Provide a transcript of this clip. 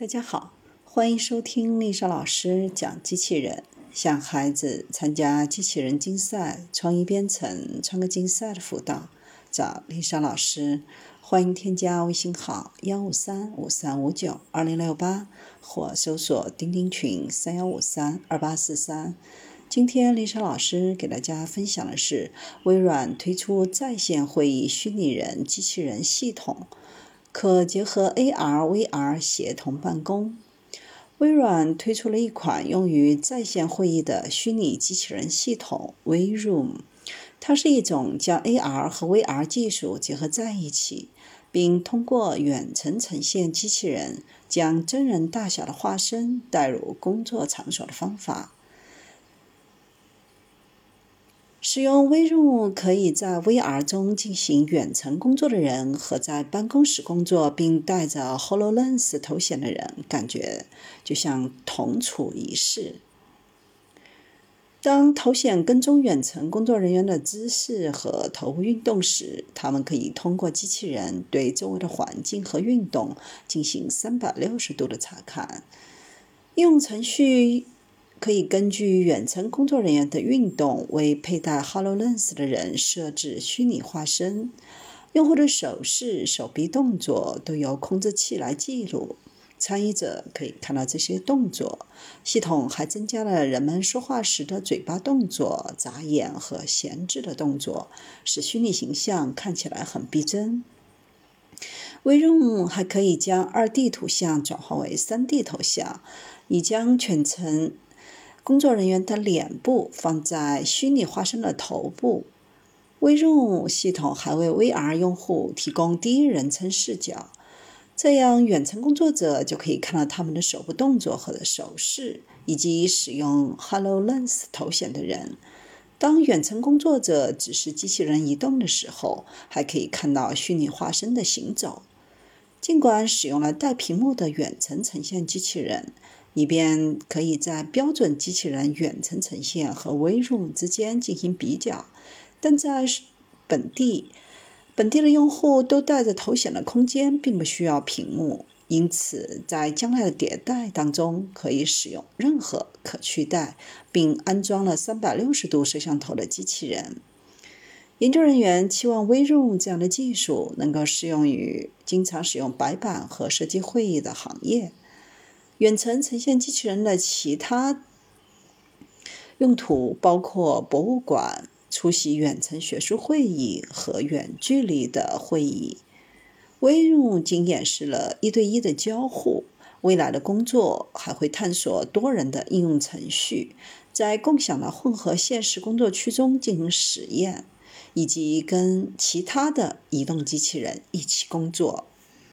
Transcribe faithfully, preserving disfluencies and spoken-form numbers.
大家好，欢迎收听丽莎老师讲机器人。向孩子参加机器人竞赛、创意编程、创客竞赛的辅导，找丽莎老师。欢迎添加微信号幺五三五三五九二零六八，或搜索钉钉群三幺五三二八四三。今天丽莎老师给大家分享的是，微软推出在线会议虚拟人机器人系统，可结合 A R、V R 协同办公。微软推出了一款用于在线会议的虚拟机器人系统 WeRoom， 它是一种将 A R 和 V R 技术结合在一起，并通过远程呈现机器人将真人大小的化身带入工作场所的方法。使用 WeRoom 可以在 V R 中进行远程工作的人和在办公室工作并带着 HoloLens 头显的人感觉就像同处一室。当头显跟踪远程工作人员的姿势和头部运动时，他们可以通过机器人对周围的环境和运动进行三百六十度的查看。应用程序可以根据远程工作人员的运动，为佩戴 HoloLens 的人设置虚拟化身。用户的手势、手臂动作都由控制器来记录，参与者可以看到这些动作。系统还增加了人们说话时的嘴巴动作、眨眼和闲置的动作，使虚拟形象看起来很逼真。WeRoom 还可以将 二 D 图像转化为 三 D 头像，以将全程工作人员的脸部放在虚拟化身的头部。WeRoom 系统还为 V R 用户提供第一人称视角，这样远程工作者就可以看到他们的手部动作和手势，以及使用 HoloLens 头显的人。当远程工作者指示机器人移动的时候，还可以看到虚拟化身的行走。尽管使用了带屏幕的远程呈现机器人，以便可以在标准机器人远程呈现和 WeRoom 之间进行比较，但在本地本地的用户都带着头显的空间并不需要屏幕，因此在将来的迭代当中可以使用任何可取代并安装了三百六十度摄像头的机器人。研究人员期望 WeRoom 这样的技术能够适用于经常使用白板和设计会议的行业。远程呈现机器人的其他用途包括博物馆、出席远程学术会议和远距离的会议。WeRoom仅演示了一对一的交互，未来的工作还会探索多人的应用程序，在共享的混合现实工作区中进行实验，以及跟其他的移动机器人一起工作。